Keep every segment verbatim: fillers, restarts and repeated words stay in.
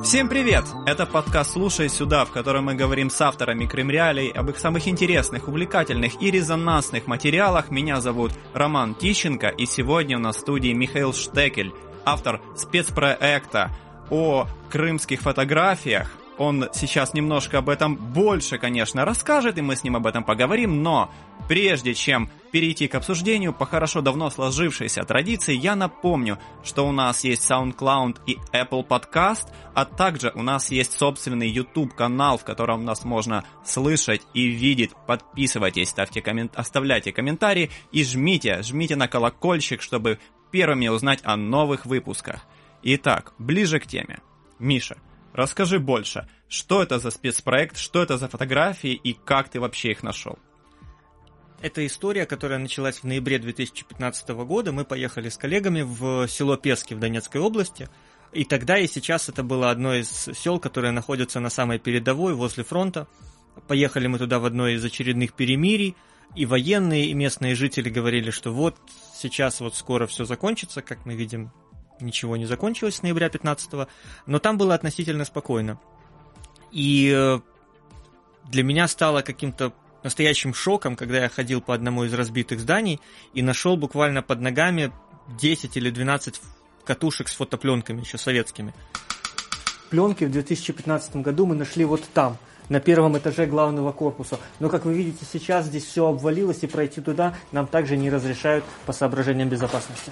Всем привет! Это подкаст «Слушай сюда», в котором мы говорим с авторами Крымреалий об их самых интересных, увлекательных и резонансных материалах. Меня зовут Роман Тищенко, и сегодня у нас в студии Михаил Штекель, автор спецпроекта о крымских фотографиях. Он сейчас немножко об этом больше, конечно, расскажет, и мы с ним об этом поговорим, но прежде чем перейти к обсуждению, по хорошо давно сложившейся традиции, я напомню, что у нас есть SoundCloud и Apple Podcast, а также у нас есть собственный YouTube-канал, в котором нас можно слышать и видеть. Подписывайтесь, ставьте коммент... оставляйте комментарии и жмите, жмите на колокольчик, чтобы первыми узнать о новых выпусках. Итак, ближе к теме. Миша, расскажи больше, что это за спецпроект, что это за фотографии и как ты вообще их нашел? Это история, которая началась в ноябре две тысячи пятнадцатого года. Мы поехали с коллегами в село Пески в Донецкой области. И тогда и сейчас это было одно из сел, которое находится на самой передовой, возле фронта. Поехали мы туда в одно из очередных перемирий. И военные, и местные жители говорили, что вот сейчас вот скоро все закончится, как мы видим. Ничего не закончилось с ноября пятнадцатого, но там было относительно спокойно. И для меня стало каким-то настоящим шоком, когда я ходил по одному из разбитых зданий и нашел буквально под ногами десять или двенадцать катушек с фотопленками, еще советскими. Пленки в две тысячи пятнадцатом году мы нашли вот там, на первом этаже главного корпуса. Но, как вы видите, сейчас здесь все обвалилось, и пройти туда нам также не разрешают по соображениям безопасности.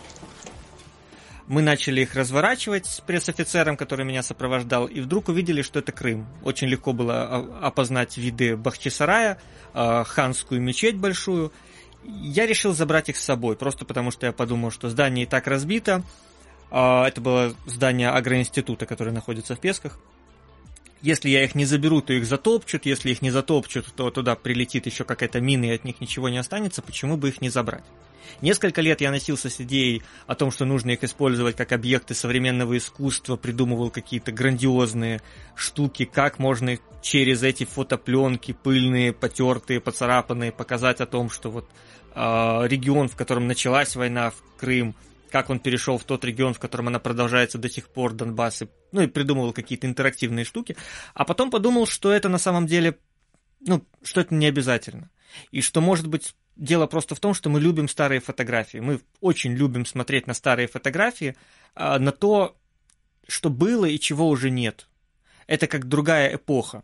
Мы начали их разворачивать с пресс-офицером, который меня сопровождал, и вдруг увидели, что это Крым. Очень легко было опознать виды Бахчисарая, ханскую мечеть большую. Я решил забрать их с собой, просто потому что я подумал, что здание и так разбито. Это было здание агроинститута, которое находится в Песках. Если я их не заберу, то их затопчут. Если их не затопчут, то туда прилетит еще какая-то мина, и от них ничего не останется. Почему бы их не забрать? Несколько лет я носился с идеей о том, что нужно их использовать как объекты современного искусства, придумывал какие-то грандиозные штуки, как можно их через эти фотопленки, пыльные, потертые, поцарапанные, показать о том, что вот э, регион, в котором началась война, в Крым, как он перешел в тот регион, в котором она продолжается до сих пор, Донбасс, и, ну и придумывал какие-то интерактивные штуки, а потом подумал, что это на самом деле, ну, что это не обязательно, и что, может быть, дело просто в том, что мы любим старые фотографии, мы очень любим смотреть на старые фотографии, на то, что было и чего уже нет. Это как другая эпоха.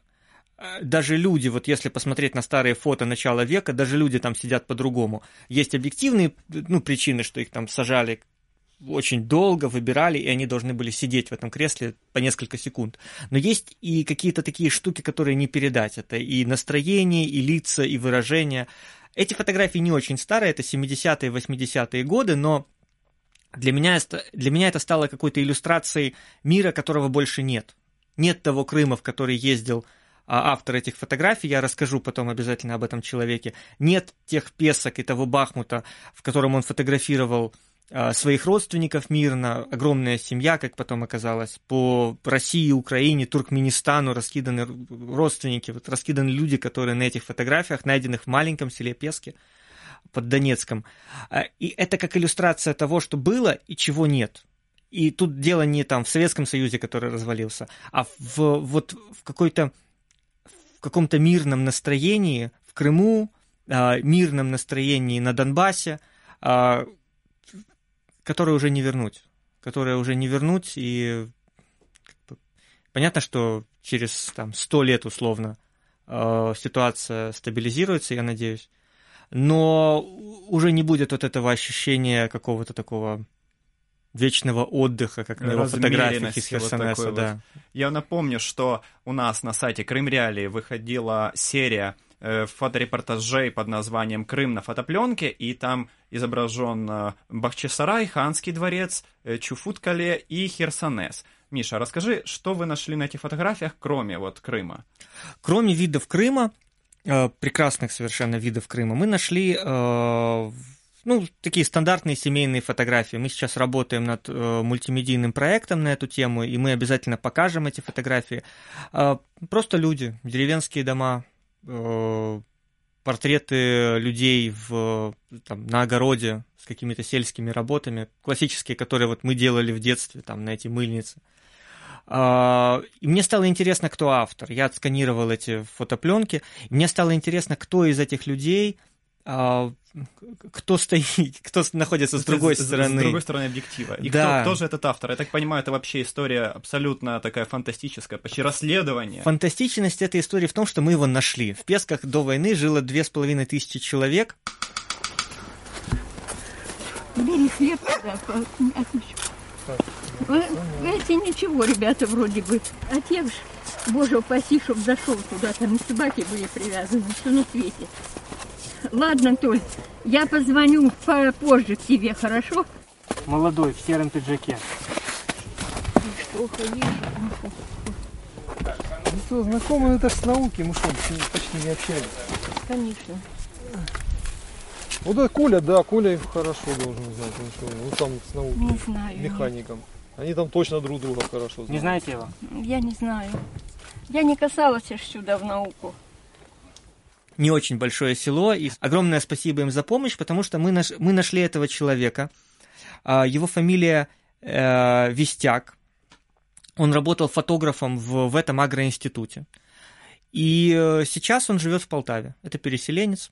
Даже люди, вот если посмотреть на старые фото начала века, даже люди там сидят по-другому. Есть объективные, ну, причины, что их там сажали очень долго, выбирали, и они должны были сидеть в этом кресле по несколько секунд. Но есть и какие-то такие штуки, которые не передать. Это и настроение, и лица, и выражения. Эти фотографии не очень старые, это семидесятые, восьмидесятые годы, но для меня, для меня это стало какой-то иллюстрацией мира, которого больше нет. Нет того Крыма, в который ездил автор этих фотографий, я расскажу потом обязательно об этом человеке. Нет тех Песок и того Бахмута, в котором он фотографировал своих родственников мирно, огромная семья, как потом оказалось, по России, Украине, Туркменистану раскиданы родственники, вот раскиданы люди, которые на этих фотографиях, найденных в маленьком селе Пески под Донецком. И это как иллюстрация того, что было и чего нет. И тут дело не там в Советском Союзе, который развалился, а в, вот в какой-то в каком-то мирном настроении в Крыму, мирном настроении на Донбассе, которое уже не вернуть, которое уже не вернуть, и как бы, понятно, что через там, сто лет условно э, ситуация стабилизируется, я надеюсь, но уже не будет вот этого ощущения какого-то такого вечного отдыха, как на его фотографиях из Херсонеса. Вот да. Вот. Я напомню, что у нас на сайте Крымреалии выходила серия фоторепортажей под названием «Крым на фотопленке», и там изображен Бахчисарай, Ханский дворец, Чуфуткале и Херсонес. Миша, расскажи, что вы нашли на этих фотографиях, кроме вот Крыма? Кроме видов Крыма, прекрасных совершенно видов Крыма, мы нашли ну, такие стандартные семейные фотографии. Мы сейчас работаем над мультимедийным проектом на эту тему, и мы обязательно покажем эти фотографии. Просто люди, деревенские дома, портреты людей в, там, на огороде с какими-то сельскими работами, классические, которые вот мы делали в детстве, там, на эти мыльницы. И мне стало интересно, кто автор. Я отсканировал эти фотопленки. Мне стало интересно, кто из этих людей, кто стоит, кто находится с другой с, стороны. С другой стороны объектива. И да. кто, кто же этот автор? Я так понимаю, это вообще история абсолютно такая фантастическая, почти расследование. Фантастичность этой истории в том, что мы его нашли. В Песках до войны жило две с половиной тысячи человек. Бери хлеб туда, эти ничего, ребята, вроде бы. А те ж, боже упаси, чтоб зашел туда, там собаки были привязаны, все на свете. Ладно, Толь, я позвоню попозже к тебе, хорошо? Молодой, в сером пиджаке. Что, ходишь? Ну что, знакомы это с науки, мы что, почти не общались. Конечно. Вот это Коля, да, Коля хорошо должен знать, он что, ну там с науки, Не знаю. механиком. Они там точно друг друга хорошо знают. Не знаете его? Я не знаю. Я не касалась аж сюда в науку. Не очень большое село, и огромное спасибо им за помощь, потому что мы, наш, мы нашли этого человека. Его фамилия э, Вестяк. Он работал фотографом в, в этом агроинституте. И сейчас он живет в Полтаве. Это переселенец.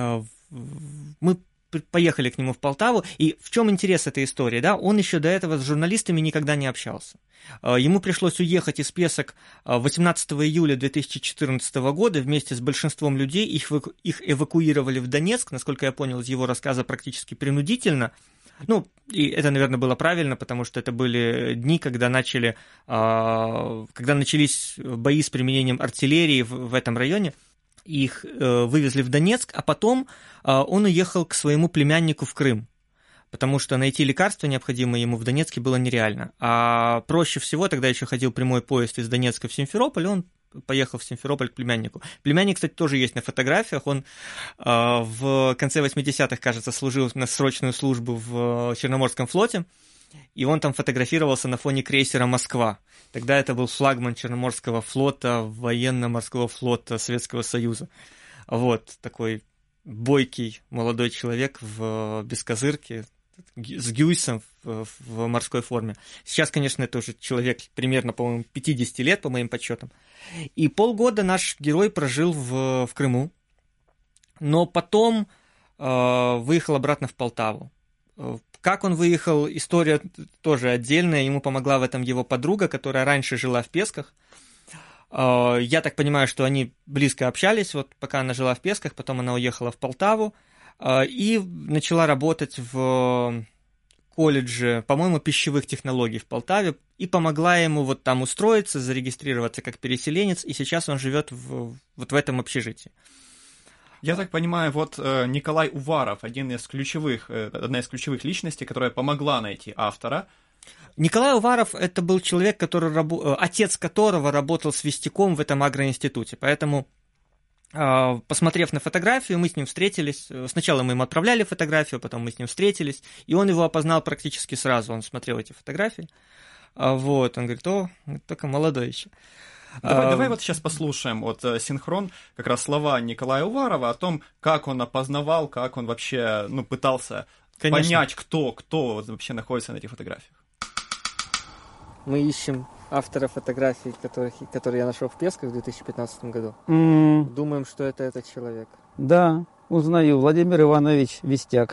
Мы поехали к нему в Полтаву, и в чем интерес этой истории, да, он еще до этого с журналистами никогда не общался. Ему пришлось уехать из Песок восемнадцатого июля две тысячи четырнадцатого года вместе с большинством людей, их, их эвакуировали в Донецк, насколько я понял из его рассказа, практически принудительно. Ну, и это, наверное, было правильно, потому что это были дни, когда начали, когда начались бои с применением артиллерии в, в этом районе. Их э, вывезли в Донецк, а потом э, он уехал к своему племяннику в Крым, потому что найти лекарства, необходимые ему в Донецке, было нереально. А проще всего, тогда еще ходил прямой поезд из Донецка в Симферополь, он поехал в Симферополь к племяннику. Племянник, кстати, тоже есть на фотографиях, он э, в конце восьмидесятых, кажется, служил на срочную службу в Черноморском флоте, и он там фотографировался на фоне крейсера «Москва». Тогда это был флагман Черноморского флота, военно-морского флота Советского Союза. Вот, такой бойкий молодой человек в бескозырке, с гюйсом в, в морской форме. Сейчас, конечно, это уже человек примерно, по-моему, пятьдесят лет, по моим подсчетам. И полгода наш герой прожил в, в Крыму, но потом э, выехал обратно в Полтаву. Как он выехал, история тоже отдельная. Ему помогла в этом его подруга, которая раньше жила в Песках. Я так понимаю, что они близко общались, вот пока она жила в Песках, потом она уехала в Полтаву и начала работать в колледже, по-моему, пищевых технологий в Полтаве, и помогла ему вот там устроиться, зарегистрироваться как переселенец, и сейчас он живет в, вот в этом общежитии. Я так понимаю, вот э, Николай Уваров, один из ключевых, э, одна из ключевых личностей, которая помогла найти автора. Николай Уваров – это был человек, который, рабо... отец которого работал с Вестяком в этом агроинституте, поэтому, э, посмотрев на фотографию, мы с ним встретились. Сначала мы ему отправляли фотографию, потом мы с ним встретились, и он его опознал практически сразу, он смотрел эти фотографии. Вот, он говорит, о, только молодой еще. Давай, а... давай вот сейчас послушаем вот синхрон, как раз слова Николая Уварова о том, как он опознавал, как он вообще, ну, пытался Конечно. понять, кто, кто вот вообще находится на этих фотографиях. Мы ищем автора фотографий, которых, которые я нашел в Песках в две тысячи пятнадцатом году. Mm. Думаем, что это этот человек. Да, узнаю. Владимир Иванович Вестяк.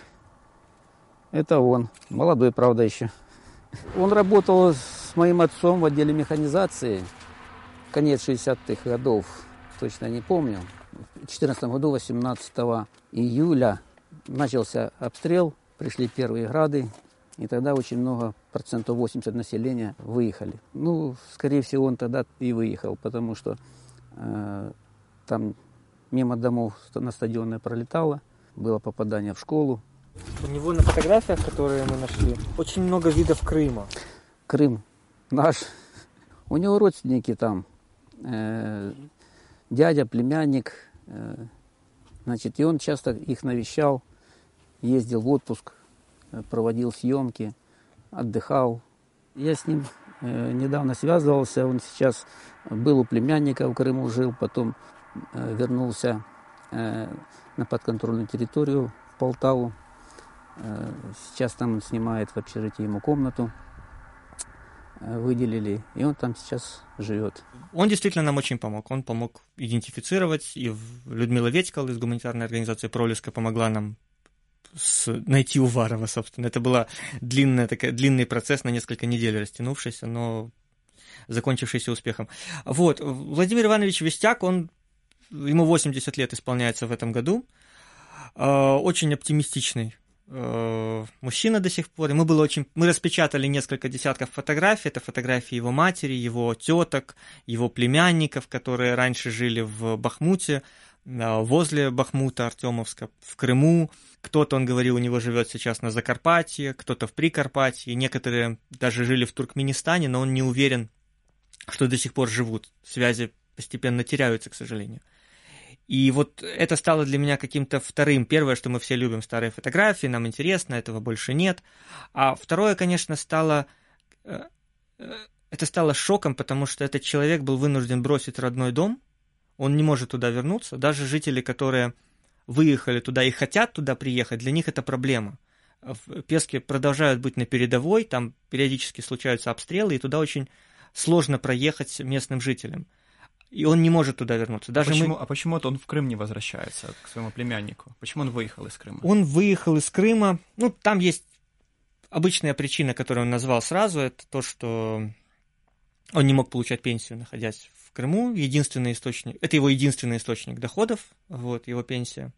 Это он. Молодой, правда, еще. Он работал с моим отцом в отделе механизации. Конец шестидесятых годов, точно не помню. В две тысячи четырнадцатом году, восемнадцатого июля, начался обстрел, пришли первые грады, и тогда очень много, процентов восемьдесят населения выехали. Ну, скорее всего, он тогда и выехал, потому что э, там мимо домов на стадионе пролетало, было попадание в школу. У него на фотографиях, которые мы нашли, очень много видов Крыма. Крым наш. У него родственники там. Э, дядя, племянник, э, значит, и он часто их навещал, ездил в отпуск, э, проводил съемки, отдыхал. Я с ним э, недавно связывался, он сейчас был у племянника в Крыму, жил, потом э, вернулся э, на подконтрольную территорию в Полтаву. Э, сейчас там он снимает в общежитии ему комнату. выделили, и он там сейчас живет. Он действительно нам очень помог. Он помог идентифицировать, и Людмила Ветькал из гуманитарной организации «Пролеска» помогла нам с... найти Уварова, собственно. Это был длинный, длинный процесс на несколько недель растянувшийся, но закончившийся успехом. Вот. Владимир Иванович Вестяк, он, ему восемьдесят лет исполняется в этом году, очень оптимистичный мужчина до сих пор. И мы, было очень... мы распечатали несколько десятков фотографий. Это фотографии его матери, его теток, его племянников, которые раньше жили в Бахмуте, возле Бахмута Артемовска, в Крыму. Кто-то, он говорил, у него живет сейчас на Закарпатье, кто-то в Прикарпатье. Некоторые даже жили в Туркменистане, но он не уверен, что до сих пор живут. Связи постепенно теряются, к сожалению. И вот это стало для меня каким-то вторым. Первое, что мы все любим старые фотографии, нам интересно, этого больше нет. А второе, конечно, стало... Это стало шоком, потому что этот человек был вынужден бросить родной дом. Он не может туда вернуться. Даже жители, которые выехали туда и хотят туда приехать, для них это проблема. В Песке продолжают быть на передовой, там периодически случаются обстрелы, и туда очень сложно проехать местным жителям. И он не может туда вернуться. Даже а, почему, мы... а почему-то он в Крым не возвращается к своему племяннику? Почему он выехал из Крыма? Он выехал из Крыма. Ну, там есть обычная причина, которую он назвал сразу, это то, что он не мог получать пенсию, находясь в Крыму. Единственный источник... Это его единственный источник доходов, вот, его пенсия.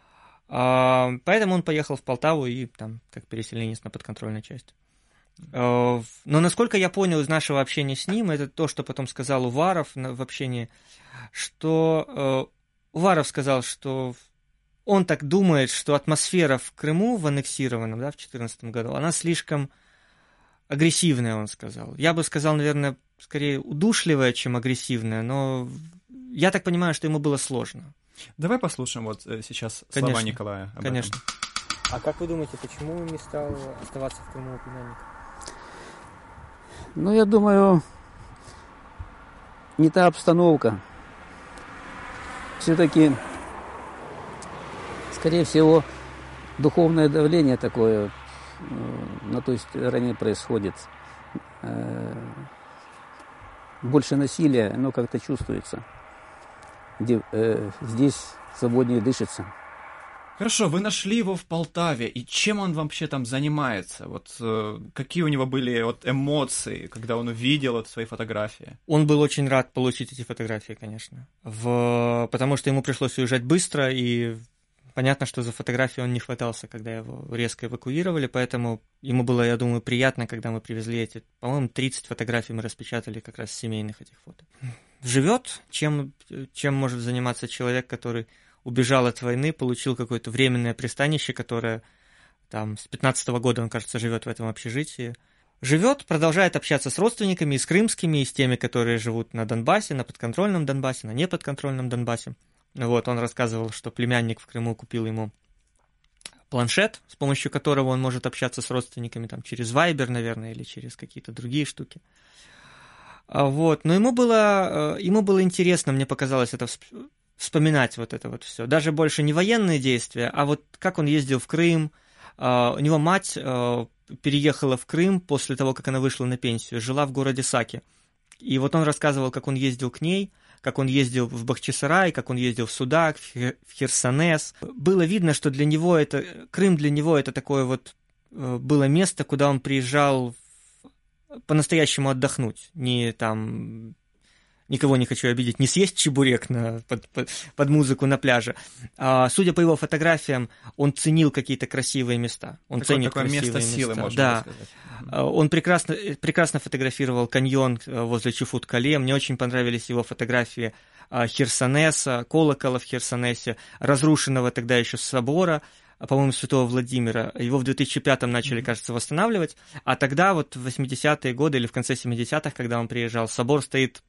А, поэтому он поехал в Полтаву и там как переселенец на подконтрольной части. Но насколько я понял из нашего общения с ним, это то, что потом сказал Уваров в общении, что Уваров сказал, что он так думает, что атмосфера в Крыму, в аннексированном, да, в две тысячи четырнадцатом году, она слишком агрессивная, он сказал. Я бы сказал, наверное, скорее удушливая, чем агрессивная, но я так понимаю, что ему было сложно. Давай послушаем вот сейчас Конечно. слова Николая об Конечно. этом. А как вы думаете, почему он не стал оставаться в Крыму у племянника? Ну, я думаю, не та обстановка. Все-таки, скорее всего, духовное давление такое на той стороне происходит. Больше насилия, оно как-то чувствуется. Где, э, здесь свободнее дышится. Хорошо, вы нашли его в Полтаве, и чем он вообще там занимается? Вот э, какие у него были вот эмоции, когда он увидел вот свои фотографии? Он был очень рад получить эти фотографии, конечно, в... потому что ему пришлось уезжать быстро, и понятно, что за фотографии он не хватался, когда его резко эвакуировали, поэтому ему было, я думаю, приятно, когда мы привезли эти, по-моему, тридцать фотографий мы распечатали как раз семейных этих фото. Живет, чем, чем может заниматься человек, который убежал от войны, получил какое-то временное пристанище, которое там с пятнадцатого года, он, кажется, живет в этом общежитии. Живет, продолжает общаться с родственниками, и с крымскими, и с теми, которые живут на Донбассе, на подконтрольном Донбассе, на неподконтрольном Донбассе. Вот, он рассказывал, что племянник в Крыму купил ему планшет, с помощью которого он может общаться с родственниками там, через Viber, наверное, или через какие-то другие штуки. Вот, но ему было, ему было интересно, мне показалось это вспоминать вот это вот все. Даже больше не военные действия, а вот как он ездил в Крым. У него мать переехала в Крым после того, как она вышла на пенсию, жила в городе Саки. И вот он рассказывал, как он ездил к ней, как он ездил в Бахчисарай, как он ездил в Судак, в Херсонес. Было видно, что для него это, Крым для него это такое вот было место, куда он приезжал по-настоящему отдохнуть, не там... Никого не хочу обидеть, не съесть чебурек на, под, под, под музыку на пляже. А, судя по его фотографиям, он ценил какие-то красивые места. Он такое, ценит такое красивые место силы, места. можно да. сказать. Он прекрасно, прекрасно фотографировал каньон возле Чуфут-Кале. Мне очень понравились его фотографии Херсонеса, колокола в Херсонесе, разрушенного тогда еще собора, по-моему, Святого Владимира. Его в две тысячи пятом начали, кажется, восстанавливать. А тогда, вот в восьмидесятые годы или в конце семидесятых, когда он приезжал, собор стоит...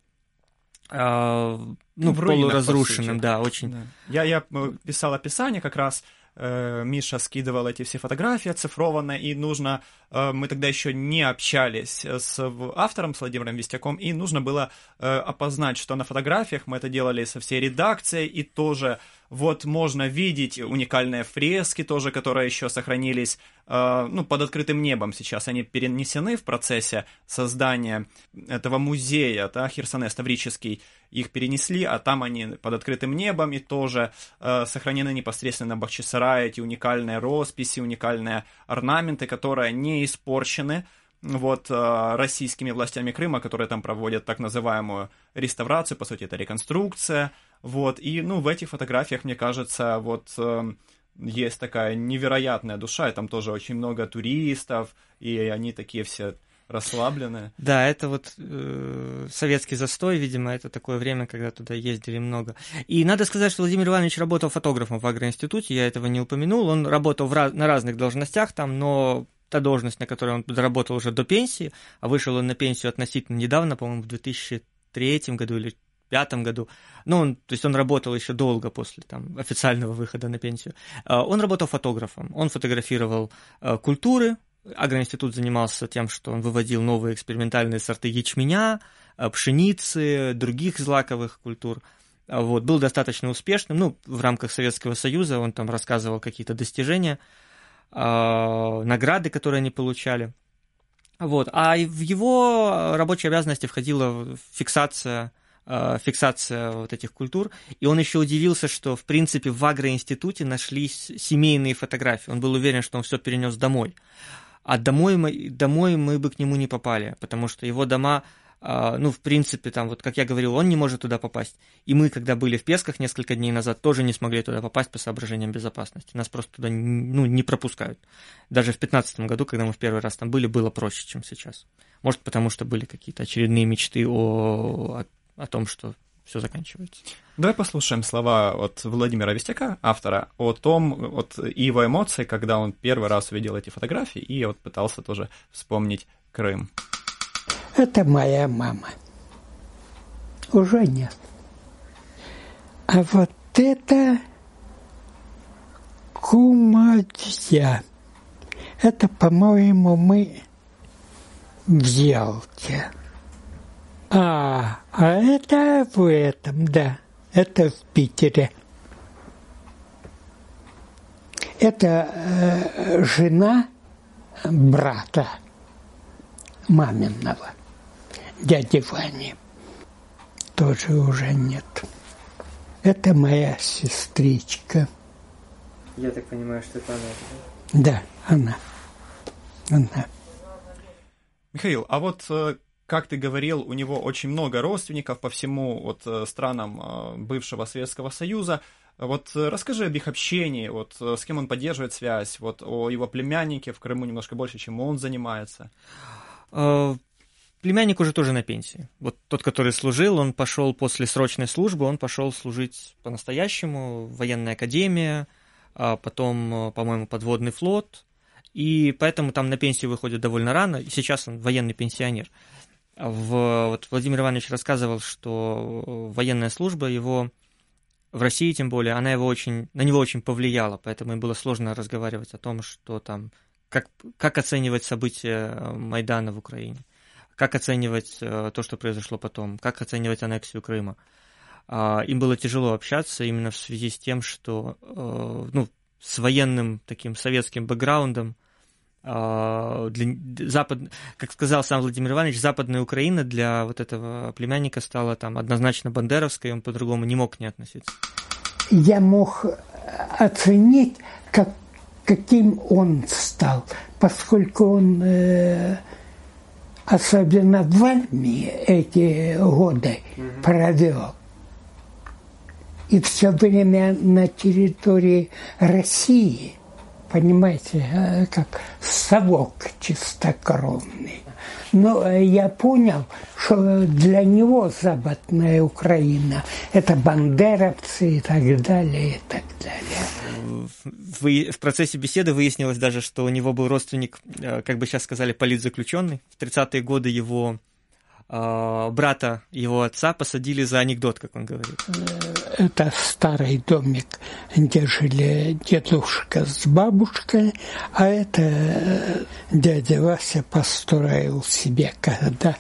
Uh, ну, в руинах, полуразрушенным, да, очень. Да. Я, я писал описание, как раз э, Миша скидывал эти все фотографии оцифрованно, и нужно, э, мы тогда еще не общались с автором, с Владимиром Вестяком, и нужно было э, опознать, что на фотографиях мы это делали со всей редакцией, и тоже Вот можно видеть уникальные фрески тоже, которые еще сохранились, э, ну, под открытым небом сейчас. Они перенесены в процессе создания этого музея, да, Херсонес Таврический. Их перенесли, а там они под открытым небом, и тоже э, сохранены непосредственно на Бахчисарае эти уникальные росписи, уникальные орнаменты, которые не испорчены вот, э, российскими властями Крыма, которые там проводят так называемую реставрацию, по сути, это реконструкция. Вот, и, ну, в этих фотографиях, мне кажется, вот э, есть такая невероятная душа, и там тоже очень много туристов, и они такие все расслабленные. Да, это вот э, советский застой, видимо, это такое время, когда туда ездили много. И надо сказать, что Владимир Иванович работал фотографом в агроинституте, я этого не упомянул, он работал в раз, на разных должностях там, но та должность, на которой он работал уже до пенсии, а вышел он на пенсию относительно недавно, по-моему, в две тысячи третьем году или две тысячи пятом году, ну, он, то есть он работал еще долго после там, официального выхода на пенсию, он работал фотографом, он фотографировал культуры, агроинститут занимался тем, что он выводил новые экспериментальные сорты ячменя, пшеницы, других злаковых культур, вот, был достаточно успешным, ну, в рамках Советского Союза он там рассказывал какие-то достижения, награды, которые они получали. Вот. А в его рабочие обязанности входила фиксация, фиксация вот этих культур, и он еще удивился, что, в принципе, в агроинституте нашлись семейные фотографии. Он был уверен, что он все перенес домой. А домой мы, домой мы бы к нему не попали, потому что его дома, ну, в принципе, там, вот как я говорил, он не может туда попасть. И мы, когда были в Песках несколько дней назад, тоже не смогли туда попасть по соображениям безопасности. Нас просто туда, ну, не пропускают. Даже в две тысячи пятнадцатом году, когда мы в первый раз там были, было проще, чем сейчас. Может, потому что были какие-то очередные мечты о, о, о том, что все заканчивается. Давай послушаем слова от Владимира Вистяка, автора, о том, вот, и его эмоции, когда он первый раз увидел эти фотографии и вот пытался тоже вспомнить Крым. Это моя мама. Уже нет. А вот это кумадья. Это, по-моему, мы в Ялте. А, а это в этом, да. Это в Питере. Это э, жена брата маминого, дяди Вани. Тоже уже нет. Это моя сестричка. Я так понимаю, что это она. Да, она. Она. Михаил, а вот, как ты говорил, у него очень много родственников по всему вот, странам бывшего Советского Союза. Вот расскажи об их общении, вот с кем он поддерживает связь, вот о его племяннике в Крыму немножко больше, чем он занимается. Племянник уже тоже на пенсии. Вот тот, который служил, он пошел после срочной службы, он пошел служить по-настоящему в военной академии, а потом, по-моему, подводный флот, и поэтому там на пенсию выходит довольно рано, и сейчас он военный пенсионер. В, вот Владимир Иванович рассказывал, что военная служба его, в России тем более, она его очень, на него очень повлияла, поэтому им было сложно разговаривать о том, что там, как, как оценивать события Майдана в Украине, как оценивать то, что произошло потом, как оценивать аннексию Крыма. Им было тяжело общаться именно в связи с тем, что, ну, с военным таким советским бэкграундом, для Запад, как сказал сам Владимир Иванович, Западная Украина для вот этого племянника стала там однозначно бандеровской, он по-другому не мог к ней относиться. Я мог оценить, как, каким он стал, поскольку он, э, особенно в армии эти годы mm-hmm. провел, и все время на территории России, понимаете, как совок чистокровный. Но я понял, что для него Западная Украина – это бандеровцы и так далее, и так далее. В, в процессе беседы выяснилось даже, что у него был родственник, как бы сейчас сказали, политзаключенный. В тридцатые годы его брата, его отца посадили за анекдот, как он говорит. Это старый домик, где жили дедушка с бабушкой, а это дядя Вася построил себе, когда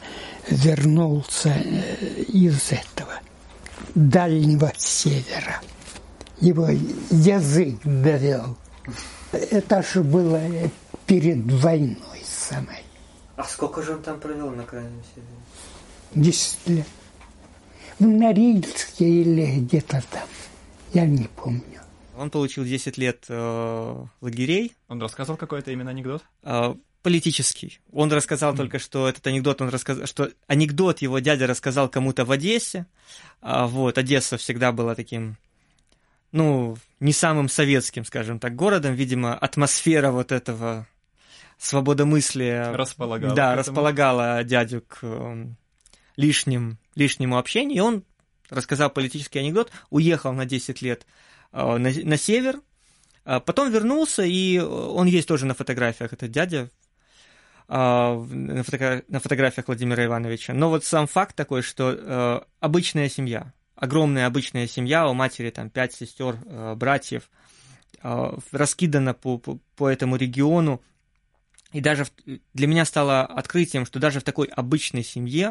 вернулся из этого Дальнего Севера. его язык довел. Это же было перед войной самой. А сколько же он там провел на крайнем севере? Десять лет. В Норильске или где-то там. Я не помню. Он получил десять лет э, лагерей. Он рассказывал какой-то именно анекдот? Э, политический. Он рассказал mm. только, что этот анекдот, он рассказал, что анекдот его дядя рассказал кому-то в Одессе. А, вот, Одесса всегда была таким, ну, не самым советским, скажем так, городом. Видимо, атмосфера вот этого свободомыслия располагала, да, располагала дядю к э, лишним, лишнему общению. И он рассказал политический анекдот, уехал на десять лет э, на, на север, а потом вернулся, и он есть тоже на фотографиях, этот дядя, э, на, фото, на фотографиях Владимира Ивановича. Но вот сам факт такой, что э, обычная семья, огромная обычная семья, у матери там пять сестер, э, братьев, э, раскидана по, по, по этому региону. И даже в, для меня стало открытием, что даже в такой обычной семье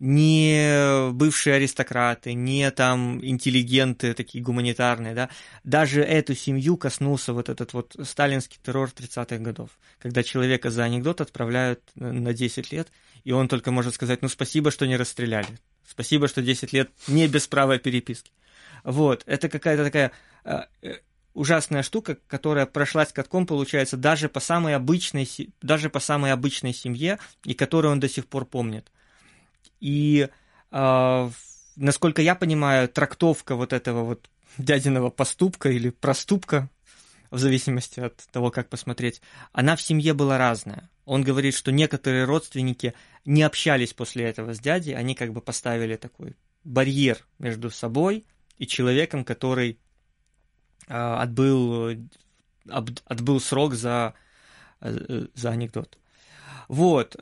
не бывшие аристократы, не там интеллигенты такие гуманитарные, да, даже эту семью коснулся вот этот вот сталинский террор тридцатых годов, когда человека за анекдот отправляют на десять лет, и он только может сказать, ну, спасибо, что не расстреляли, спасибо, что десять лет не без права переписки. Вот, это какая-то такая э, ужасная штука, которая прошлась катком, получается, даже по самой обычной, даже по самой обычной семье, и которую он до сих пор помнит. И, э, насколько я понимаю, трактовка вот этого вот дядиного поступка или проступка, в зависимости от того, как посмотреть, она в семье была разная. Он говорит, что некоторые родственники не общались после этого с дядей, они как бы поставили такой барьер между собой и человеком, который э, отбыл, об, отбыл срок за, э, за анекдот. Вот,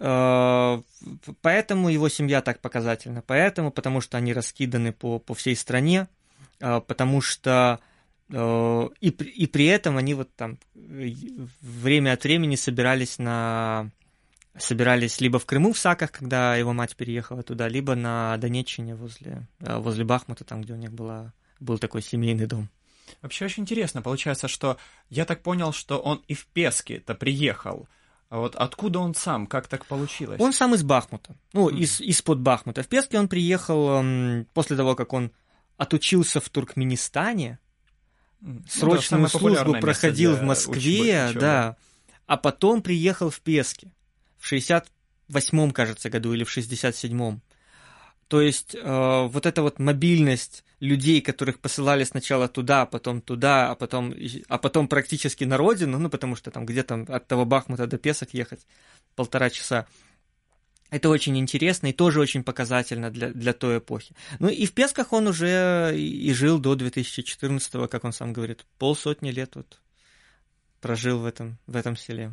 поэтому его семья так показательна, поэтому, потому что они раскиданы по, по всей стране, потому что и, и при этом они вот там время от времени собирались на собирались либо в Крыму в Саках, когда его мать переехала туда, либо на Донеччине возле, возле Бахмута, там, где у них была, был такой семейный дом. Вообще очень интересно, получается, что я так понял, что он и в Пески-то приехал. А вот откуда он сам? Как так получилось? Он сам из Бахмута, ну, mm. из, из-под Бахмута. В Песке он приехал эм, после того, как он отучился в Туркменистане, mm. срочную ну, да, службу проходил в Москве, учебы, да, а потом приехал в Пески в шестьдесят восьмом, кажется, году или в шестьдесят седьмом. То есть э, вот эта вот мобильность людей, которых посылали сначала туда, потом туда, а потом, а потом практически на родину, ну, потому что там где-то от того Бахмута до Песок ехать полтора часа. Это очень интересно и тоже очень показательно для, для той эпохи. Ну, и в Песках он уже и жил до две тысячи четырнадцатого, как он сам говорит, полсотни лет вот прожил в этом, в этом селе.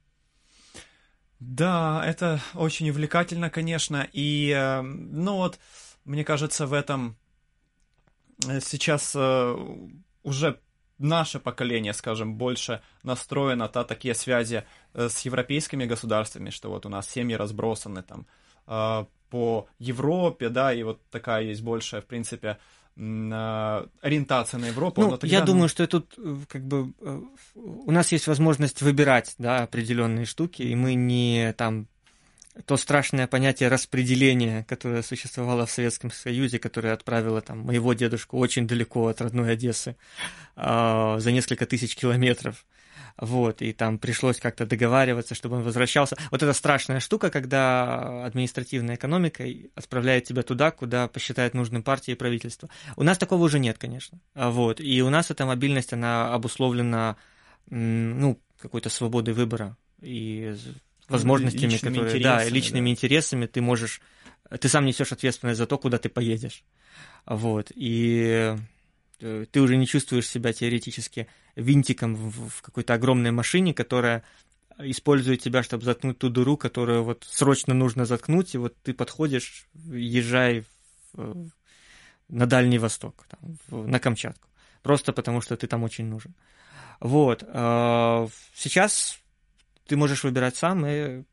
Да, это очень увлекательно, конечно, и, ну вот, мне кажется, в этом сейчас уже наше поколение, скажем, больше настроено на такие связи с европейскими государствами, что вот у нас семьи разбросаны там по Европе, да, и вот такая есть большая, в принципе, ориентация на Европу. Ну, тогда, я ну... думаю, что тут как бы у нас есть возможность выбирать, да, определенные штуки, и мы не там то страшное понятие распределения, которое существовало в Советском Союзе, которое отправило там моего дедушку очень далеко от родной Одессы, э, за несколько тысяч километров. Вот, и там пришлось как-то договариваться, чтобы он возвращался. Вот это страшная штука, когда административная экономика отправляет тебя туда, куда посчитает нужным партия и правительство. У нас такого уже нет, конечно. Вот, и у нас эта мобильность, она обусловлена, ну, какой-то свободой выбора и возможностями, личными которые, да, личными да. интересами ты можешь, ты сам несешь ответственность за то, куда ты поедешь. Вот, и ты уже не чувствуешь себя теоретически винтиком в какой-то огромной машине, которая использует тебя, чтобы заткнуть ту дыру, которую вот срочно нужно заткнуть, и вот ты подходишь, езжай в, на Дальний Восток, там, в, на Камчатку, просто потому что ты там очень нужен. Вот. Сейчас ты можешь выбирать сам, и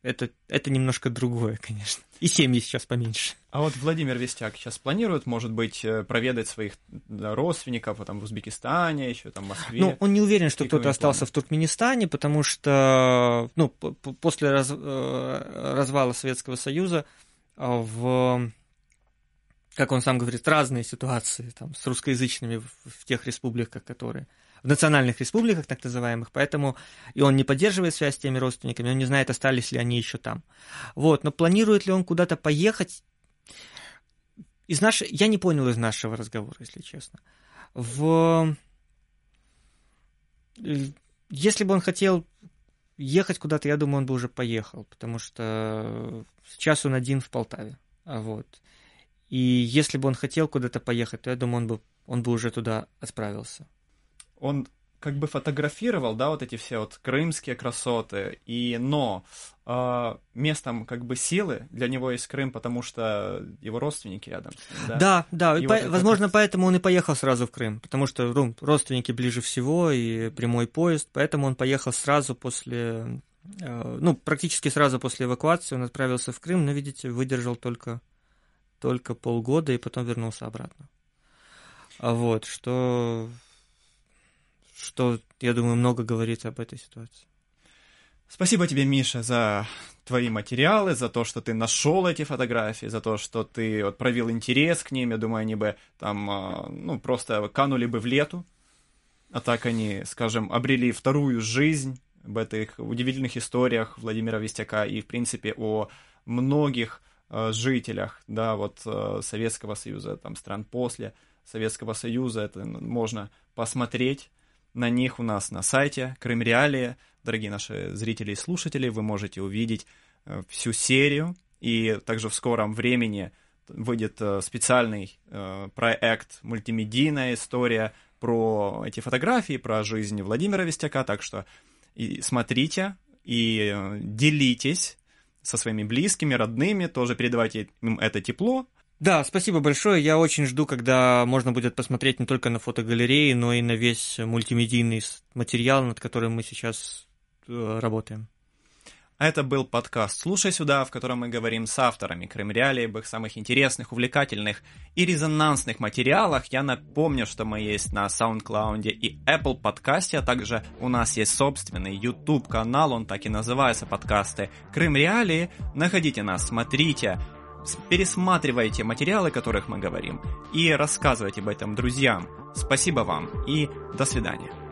это, это немножко другое, конечно. И семьи сейчас поменьше. А вот Владимир Вестяк сейчас планирует, может быть, проведать своих родственников там, в Узбекистане, еще там в Москве? Ну, он не уверен, что Какие кто-то остался планы? в Туркменистане, потому что ну, после раз, развала Советского Союза в, как он сам говорит, разные ситуации там, с русскоязычными в, в тех республиках, которые... в национальных республиках, так называемых, поэтому и он не поддерживает связь с теми родственниками, он не знает, остались ли они еще там. Вот, но планирует ли он куда-то поехать? Из нашей... Я не понял из нашего разговора, если честно. В... Если бы он хотел ехать куда-то, я думаю, он бы уже поехал, потому что сейчас он один в Полтаве. Вот. И если бы он хотел куда-то поехать, то я думаю, он бы, он бы уже туда отправился. Он как бы фотографировал, да, вот эти все вот крымские красоты, и, но э, местом как бы силы для него есть Крым, потому что его родственники рядом с ним, да? Да, да, и и по... вот возможно, как... поэтому он и поехал сразу в Крым, потому что ну, родственники ближе всего, и прямой поезд, поэтому он поехал сразу после, э, ну, практически сразу после эвакуации он отправился в Крым, но, видите, выдержал только, только полгода и потом вернулся обратно. А вот, что... что, я думаю, много говорит об этой ситуации. Спасибо тебе, Миша, за твои материалы, за то, что ты нашел эти фотографии, за то, что ты вот, проявил интерес к ним. Я думаю, они бы там, ну, просто канули бы в лету. А так они, скажем, обрели вторую жизнь об этих удивительных историях Владимира Вестяка и, в принципе, о многих жителях, да, вот Советского Союза, там, стран после Советского Союза. Это можно посмотреть на них у нас на сайте Крым Реалии. Дорогие наши зрители и слушатели, вы можете увидеть всю серию, и также в скором времени выйдет специальный проект «Мультимедийная история» про эти фотографии, про жизнь Владимира Вестяка, так что и смотрите и делитесь со своими близкими, родными, тоже передавайте им это тепло. Да, спасибо большое. Я очень жду, когда можно будет посмотреть не только на фотогалереи, но и на весь мультимедийный материал, над которым мы сейчас э, работаем. Это был подкаст «Слушай сюда», в котором мы говорим с авторами Крым Реалии об их самых интересных, увлекательных и резонансных материалах. Я напомню, что мы есть на SoundCloud и Apple подкасте, а также у нас есть собственный YouTube-канал, он так и называется, подкасты Крым Реалии. Находите нас, смотрите, пересматривайте материалы, о которых мы говорим, и рассказывайте об этом друзьям. Спасибо вам и до свидания.